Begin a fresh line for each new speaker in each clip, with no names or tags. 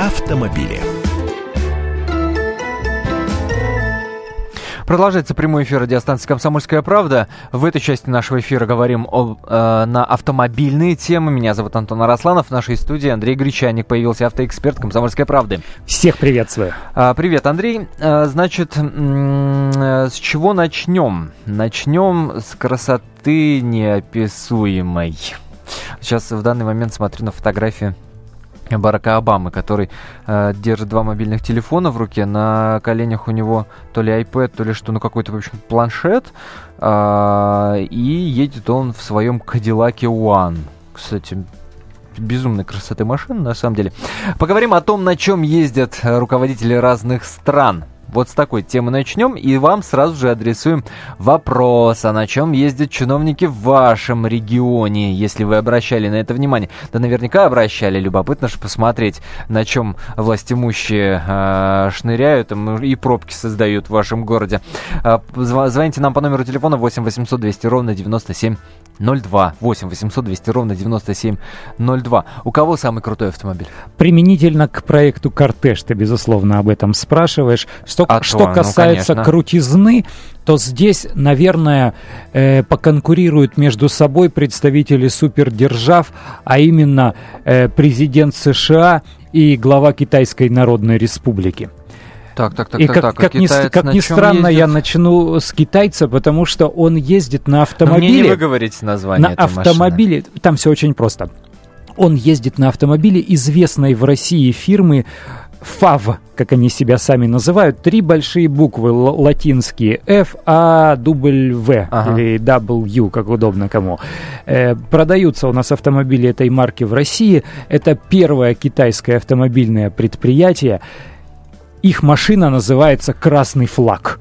автомобили.
Продолжается прямой эфир радиостанции «Комсомольская правда». В этой части нашего эфира говорим на автомобильные темы. Меня зовут Антон Арасланов. В нашей студии Андрей Гречаник, появился автоэксперт «Комсомольской правды».
Всех приветствую.
Привет, Андрей. Значит, с чего начнем? Начнем с красоты неописуемой. Сейчас в данный момент смотрю на фотографии Барака Обамы, который держит два мобильных телефона в руке. На коленях у него то ли iPad, то ли что, какой-то, в общем, планшет. И едет он в своем Кадиллаке One. Кстати, безумной красоты машина, на самом деле. Поговорим о том, на чем ездят руководители разных стран. Вот с такой темы начнем, и вам сразу же адресуем вопрос, а на чем ездят чиновники в вашем регионе, если вы обращали на это внимание. Да наверняка обращали, любопытно же посмотреть, на чем властимущие шныряют и пробки создают в вашем городе. Звоните нам по номеру телефона 8 800 200 ровно 9702. 8 800 200 ровно 9702. У кого самый крутой автомобиль?
Применительно к проекту «Кортеж» ты, безусловно, об этом спрашиваешь. Что касается крутизны, то здесь, наверное, поконкурируют между собой представители супердержав, а именно президент США и глава Китайской Народной Республики.
Как
ни странно, я начну с китайца, потому что он ездит на автомобиле.
Но мне не вы говорите название этой
автомобиле, машины. Там все очень просто. Он ездит на автомобиле известной в России фирмы FAW, как они себя сами называют, три большие буквы латинские, F, A, W, или W, как удобно кому. Продаются у нас автомобили этой марки в России. Это первое китайское автомобильное предприятие. Их машина называется «Красный флаг».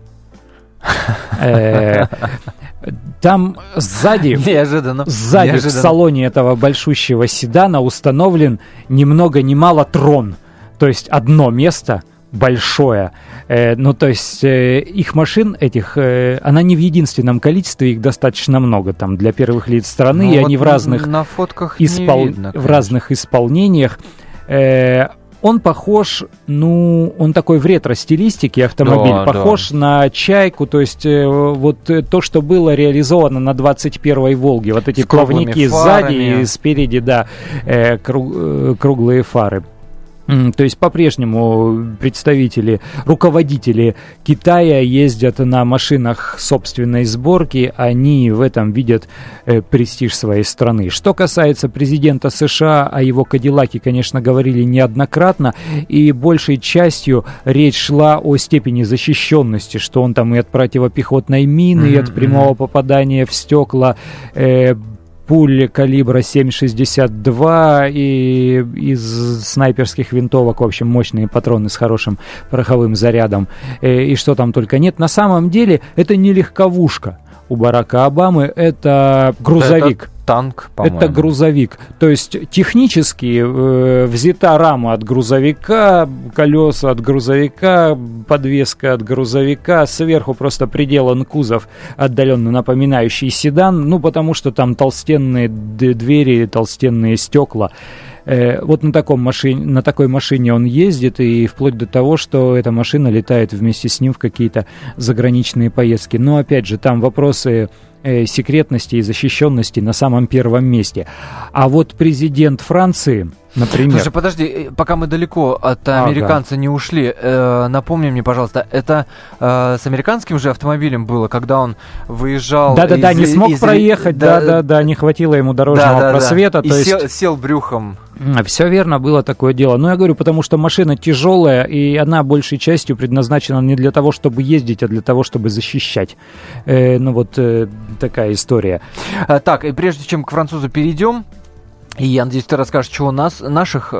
Там сзади в салоне этого большущего седана установлен ни много ни мало трон. То есть одно место большое. Их машин этих, она не в единственном количестве, их достаточно много там для первых лиц страны, и они в разных,
на фотках не видно,
в разных исполнениях. Он похож, он такой в ретро-стилистике автомобиль, похож на «Чайку», то есть вот то, что было реализовано на 21-й «Волге». Вот эти плавники сзади и спереди, круглые фары. То есть по-прежнему руководители Китая ездят на машинах собственной сборки, они в этом видят престиж своей страны. Что касается президента США, о его Кадиллаке, конечно, говорили неоднократно, и большей частью речь шла о степени защищенности, что он там и от противопехотной мины, и от прямого попадания в стекла, пуль калибра 7,62 и из снайперских винтовок, в общем, мощные патроны с хорошим пороховым зарядом, и что там только нет. На самом деле это не легковушка у Барака Обамы, это грузовик.
Это танк, по-моему.
Это грузовик. То есть технически взята рама от грузовика, колеса от грузовика, подвеска от грузовика, сверху просто приделан кузов, отдаленно напоминающий седан, потому что там толстенные двери, толстенные стекла. Вот на такой машине он ездит, и вплоть до того, что эта машина летает вместе с ним в какие-то заграничные поездки. Но, опять же, там вопросы секретности и защищенности на самом первом месте. А вот президент Франции, например...
Слушай, подожди, пока мы далеко от американца не ушли, напомни мне, пожалуйста, это с американским же автомобилем было, когда он выезжал...
Да-да-да, не смог проехать, да-да-да, не хватило ему дорожного просвета.
И
то есть...
сел брюхом.
Все верно, было такое дело. Но я говорю, потому что машина тяжелая, и она большей частью предназначена не для того, чтобы ездить, а для того, чтобы защищать. Такая история.
Так, и прежде чем к французу перейдем, и я надеюсь, ты расскажешь, чего наших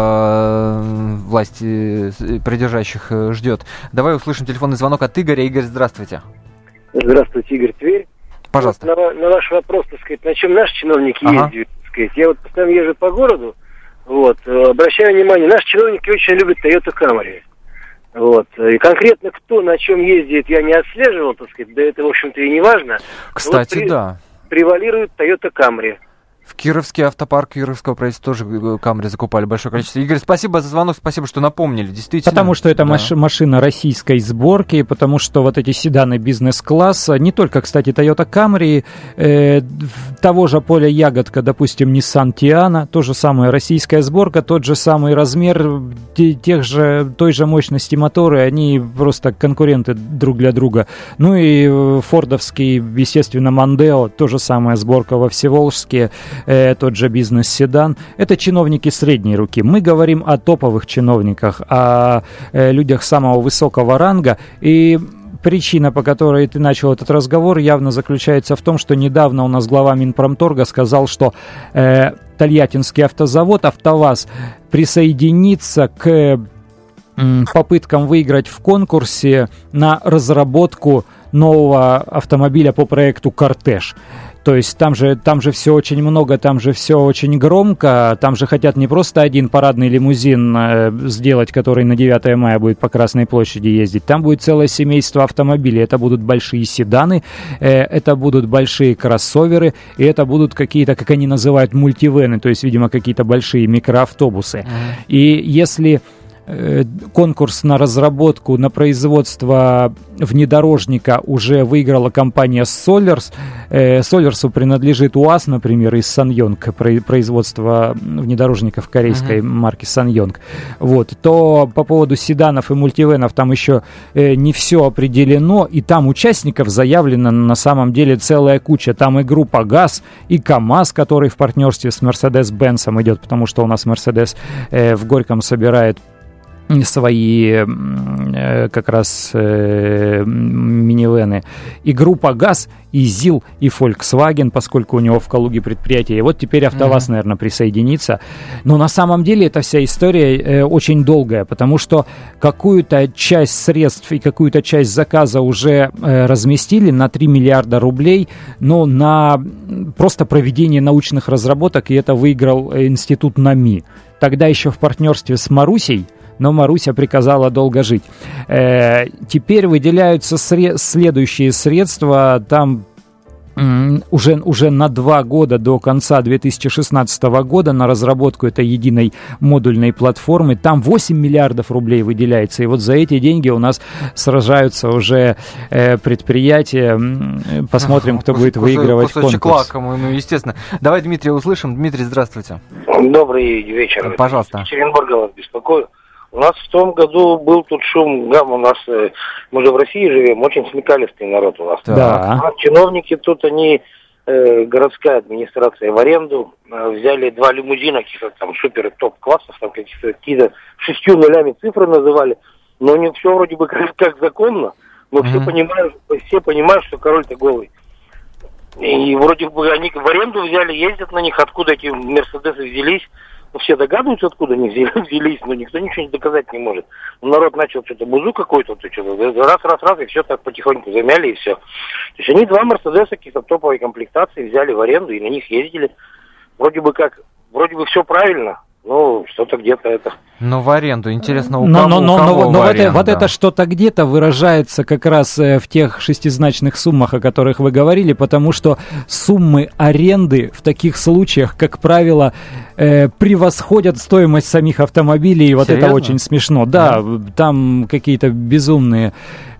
власти придержащих ждет. Давай услышим телефонный звонок от Игоря. Игорь, здравствуйте.
Здравствуйте, Игорь, Тверь.
Пожалуйста.
На ваш вопрос, так сказать, на чем наши чиновники ездят, так сказать. Я вот постоянно езжу по городу, обращаю внимание, наши чиновники очень любят Toyota Camry. И конкретно кто на чем ездит, я не отслеживал, так сказать, да это, в общем-то, и не важно.
Кстати, да.
Превалирует Toyota Camry.
В Кировский автопарк Кировского правительства тоже Камри закупали большое количество. Игорь, спасибо за звонок, спасибо, что напомнили, действительно.
Потому что это машина российской сборки, потому что вот эти седаны бизнес-класса, не только, кстати, Toyota Camry, того же поля ягодка, допустим, Nissan Tiana, то же самое российская сборка, тот же самый размер, той же мощности моторы, они просто конкуренты друг для друга. Ну и фордовский, естественно, Mondeo, то же самое сборка во Всеволожске, тот же бизнес-седан. Это чиновники средней руки. Мы говорим о топовых чиновниках, о людях самого высокого ранга. И причина, по которой ты начал этот разговор, явно заключается в том, что недавно у нас глава Минпромторга сказал, что Тольяттинский автозавод «АвтоВАЗ» присоединится к попыткам выиграть в конкурсе на разработку нового автомобиля по проекту «Кортеж». То есть там же все очень много, там же все очень громко, там же хотят не просто один парадный лимузин сделать, который на 9 мая будет по Красной площади ездить, там будет целое семейство автомобилей, это будут большие седаны, это будут большие кроссоверы, и это будут какие-то, как они называют, мультивены, то есть, видимо, какие-то большие микроавтобусы. И если конкурс на разработку, на производство внедорожника уже выиграла компания Solers. Solers'у принадлежит УАЗ, например, из SsangYong, производство внедорожников корейской марки SsangYong. Вот. То по поводу седанов и мультивенов там еще не все определено, и там участников заявлено на самом деле целая куча. Там и группа ГАЗ, и КАМАЗ, который в партнерстве с Mercedes-Benz идет, потому что у нас Mercedes в Горьком собирает свои как раз минивены. И группа ГАЗ, и ЗИЛ, и Volkswagen, поскольку у него в Калуге предприятие. И вот теперь АвтоВАЗ, наверное, присоединится. Но на самом деле эта вся история очень долгая, потому что какую-то часть средств и какую-то часть заказа уже разместили на 3 миллиарда рублей, но на просто проведение научных разработок, и это выиграл институт НАМИ. Тогда еще в партнерстве с Марусей, но Маруся приказала долго жить. Теперь выделяются следующие средства, там уже на 2 года до конца 2016 года на разработку этой единой модульной платформы. Там 8 миллиардов рублей выделяется. И вот за эти деньги у нас сражаются уже предприятия. Посмотрим, кто будет выигрывать конкурс.
Лакомый, ну, естественно. Давай Дмитрия услышим. Дмитрий, здравствуйте.
Добрый вечер.
Пожалуйста.
Екатеринбурга вас беспокою. У нас в том году был тут шум, у нас, мы же в России живем, очень смекалистый народ у нас.
Да.
У нас чиновники тут, они, городская администрация в аренду, взяли 2 лимузина, каких-то там супер топ-классов, там какие-то 6 нулями цифры называли, но не все вроде бы как законно, но все понимают, что король-то голый. И вроде бы они в аренду взяли, ездят на них, откуда эти Мерседесы взялись. Ну, все догадываются, откуда они взялись, но никто ничего не доказать не может. Народ начал что-то бузу какой-то, раз, и все так потихоньку замяли, и все. То есть они 2 Мерседеса каких-то топовой комплектации взяли в аренду и на них ездили. Вроде бы все правильно, но что-то где-то это...
Но в аренду, интересно, у кого
вот это что-то где-то выражается как раз в тех 6-значных суммах, о которых вы говорили, потому что суммы аренды в таких случаях, как правило, превосходят стоимость самих автомобилей, и вот
Серьезно?
Это очень смешно. Да, там какие-то безумные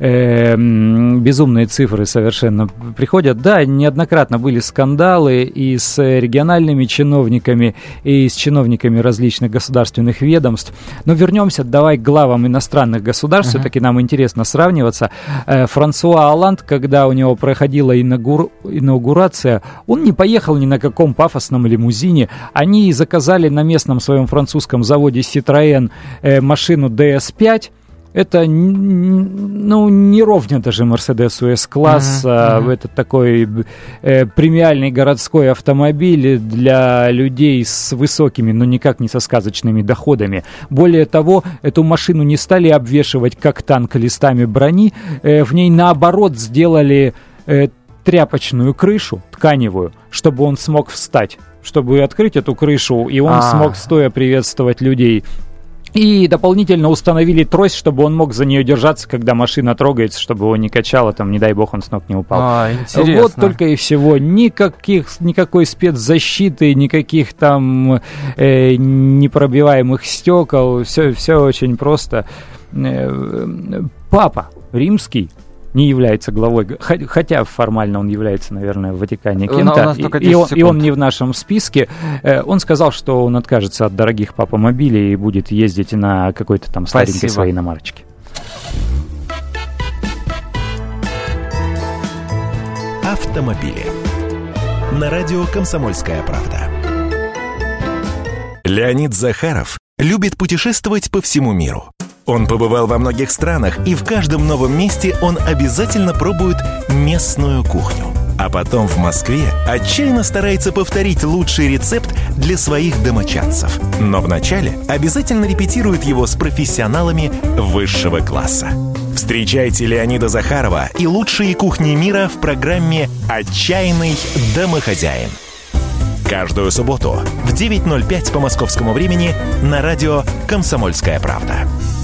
цифры совершенно приходят. Да, неоднократно были скандалы и с региональными чиновниками, и с чиновниками различных государственных ведомств. Но вернемся, давай к главам иностранных государств, все-таки нам интересно сравниваться. Франсуа Олланд, когда у него проходила инаугурация, он не поехал ни на каком пафосном лимузине. Они заказали на местном своем французском заводе Citroën машину DS5. Это, не ровня даже Мерседесу S-класса. Это такой премиальный городской автомобиль для людей с высокими, но никак не со сказочными доходами. Более того, эту машину не стали обвешивать как танк листами брони. В ней, наоборот, сделали тряпочную крышу, тканевую, чтобы он смог встать, чтобы открыть эту крышу, и он смог стоя приветствовать людей. И дополнительно установили трость, чтобы он мог за нее держаться, когда машина трогается, чтобы его не качало, там, не дай бог, он с ног не упал.
Интересно.
Вот только и всего. Никакой спецзащиты, никаких там непробиваемых стекол. Все очень просто. Папа Римский не является главой, хотя формально он является, наверное, в Ватикане кем-то, и он не в нашем списке. Он сказал, что он откажется от дорогих папомобилей и будет ездить на какой-то там старенькой своей иномарочке.
Автомобили. На радио «Комсомольская правда». Леонид Захаров любит путешествовать по всему миру. Он побывал во многих странах, и в каждом новом месте он обязательно пробует местную кухню. А потом в Москве отчаянно старается повторить лучший рецепт для своих домочадцев. Но вначале обязательно репетирует его с профессионалами высшего класса. Встречайте Леонида Захарова и лучшие кухни мира в программе «Отчаянный домохозяин». Каждую субботу в 9:05 по московскому времени на радио «Комсомольская правда».